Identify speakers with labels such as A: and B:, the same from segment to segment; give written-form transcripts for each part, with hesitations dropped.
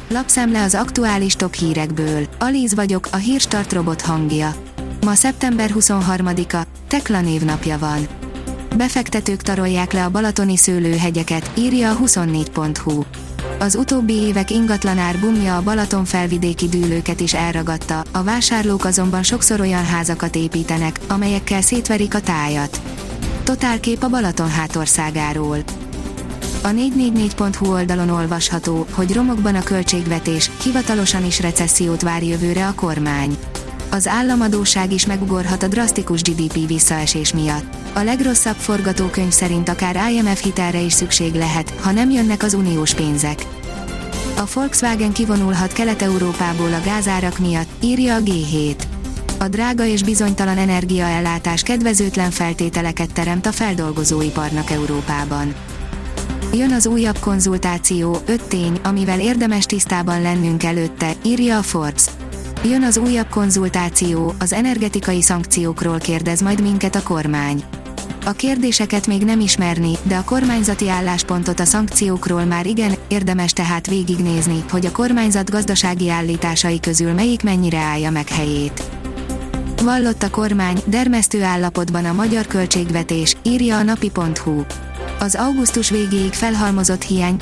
A: Lapszemle az aktuális top hírekből. Alíz vagyok, a Hírstart robot hangja. Ma szeptember 23-a, Tekla névnapja van. Befektetők tarolják le a balatoni szőlőhegyeket, írja a 24.hu. Az utóbbi évek ingatlanár bumja a Balaton felvidéki dűlőket is elragadta, a vásárlók azonban sokszor olyan házakat építenek, amelyekkel szétverik a tájat. Totálkép a Balaton hátországáról. A 444.hu oldalon olvasható, hogy romokban a költségvetés, hivatalosan is recessziót vár jövőre a kormány. Az államadósság is megugorhat a drasztikus GDP visszaesés miatt. A legrosszabb forgatókönyv szerint akár IMF hitelre is szükség lehet, ha nem jönnek az uniós pénzek. A Volkswagen kivonulhat Kelet-Európából a gázárak miatt, írja a G7. A drága és bizonytalan energiaellátás kedvezőtlen feltételeket teremt a feldolgozóiparnak Európában. Jön az újabb konzultáció, 5 tény, amivel érdemes tisztában lennünk előtte, írja a Forbes. Jön az újabb konzultáció, az energetikai szankciókról kérdez majd minket a kormány. A kérdéseket még nem ismerni, de a kormányzati álláspontot a szankciókról már igen, érdemes tehát végignézni, hogy a kormányzat gazdasági állításai közül melyik mennyire állja meg helyét. Vallott a kormány, dermesztő állapotban a magyar költségvetés, írja a napi.hu. Az augusztus végéig felhalmozott hiány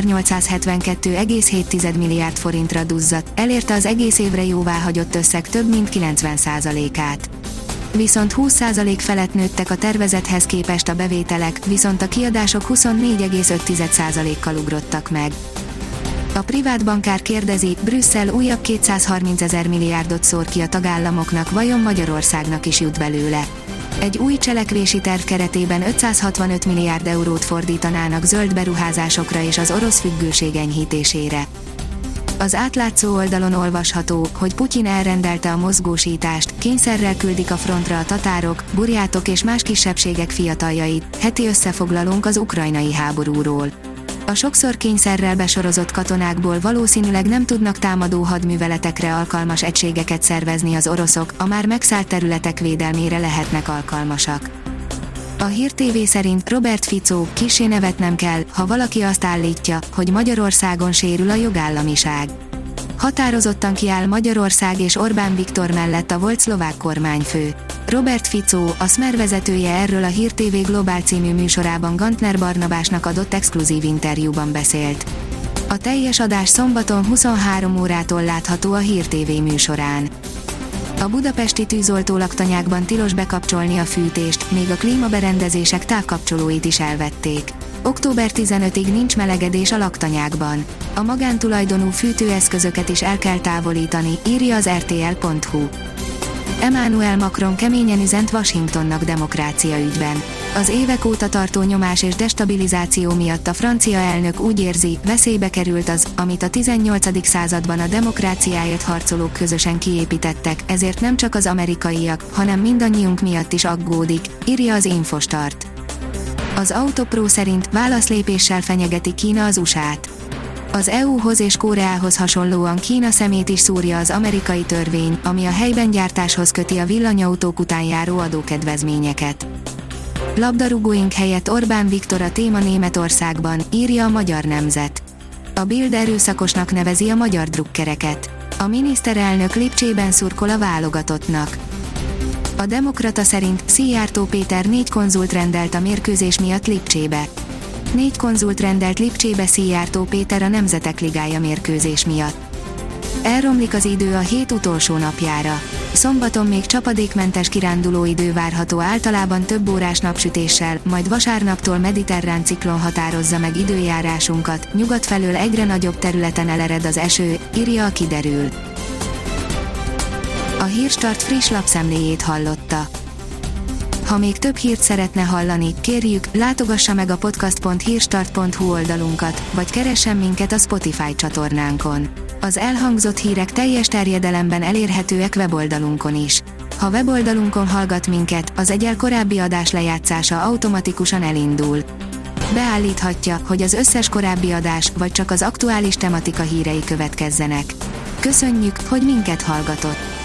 A: 2872,7 milliárd forintra duzzadt, elérte az egész évre jóváhagyott összeg több mint 90%-át. Viszont 20% felett nőttek a tervezethez képest a bevételek, viszont a kiadások 24,5%-kal ugrottak meg. A privát bankár kérdezi, Brüsszel újabb 230 000 milliárdot szór ki a tagállamoknak, vajon Magyarországnak is jut belőle? Egy új cselekvési terv keretében 565 milliárd eurót fordítanának zöld beruházásokra és az orosz függőség enyhítésére. Az átlátszó oldalon olvasható, hogy Putyin elrendelte a mozgósítást, kényszerrel küldik a frontra a tatárok, burjátok és más kisebbségek fiataljait, heti összefoglalónk az ukrajnai háborúról. A sokszor kényszerrel besorozott katonákból valószínűleg nem tudnak támadó hadműveletekre alkalmas egységeket szervezni az oroszok, a már megszállt területek védelmére lehetnek alkalmasak. A Hír TV szerint Robert Fico, kissé nevetnem kell, ha valaki azt állítja, hogy Magyarországon sérül a jogállamiság. Határozottan kiáll Magyarország és Orbán Viktor mellett a volt szlovák kormányfő. Robert Fico, a Smer vezetője erről a Hír TV Globál című műsorában Gantner Barnabásnak adott exkluzív interjúban beszélt. A teljes adás szombaton 23 órától látható a Hír TV műsorán. A budapesti tűzoltó laktanyákban tilos bekapcsolni a fűtést, még a klímaberendezések távkapcsolóit is elvették. Október 15-ig nincs melegedés a laktanyákban. A magántulajdonú fűtőeszközöket is el kell távolítani, írja az rtl.hu. Emmanuel Macron keményen üzent Washingtonnak demokrácia ügyben. Az évek óta tartó nyomás és destabilizáció miatt a francia elnök úgy érzi, veszélybe került az, amit a 18. században a demokráciáért harcolók közösen kiépítettek, ezért nem csak az amerikaiak, hanem mindannyiunk miatt is aggódik, írja az Infostart. Az Autopro szerint válaszlépéssel fenyegeti Kína az USA-t. Az EU-hoz és Koreához hasonlóan Kína szemét is szúrja az amerikai törvény, ami a helyben gyártáshoz köti a villanyautók után járó adókedvezményeket. Labdarúgóink helyett Orbán Viktor a téma Németországban, írja a Magyar Nemzet. A Bild erőszakosnak nevezi a magyar drukkereket. A miniszterelnök Lipcsében szurkol a válogatottnak. A Demokrata szerint Szijjártó Péter 4 konzult rendelt a mérkőzés miatt Lipcsébe. 4 konzult rendelt Lipcsébe Szijjártó Péter a Nemzetek Ligája mérkőzés miatt. Elromlik az idő a hét utolsó napjára. Szombaton még csapadékmentes kirándulóidő várható általában több órás napsütéssel, majd vasárnaptól mediterrán ciklon határozza meg időjárásunkat, nyugat felől egyre nagyobb területen elered az eső, írja a Kiderül. A Hírstart friss lapszemléjét hallotta. Ha még több hírt szeretne hallani, kérjük, látogassa meg a podcast.hírstart.hu oldalunkat, vagy keressen minket a Spotify csatornánkon. Az elhangzott hírek teljes terjedelemben elérhetőek weboldalunkon is. Ha weboldalunkon hallgat minket, az egyel korábbi adás lejátszása automatikusan elindul. Beállíthatja, hogy az összes korábbi adás, vagy csak az aktuális tematika hírei következzenek. Köszönjük, hogy minket hallgatott!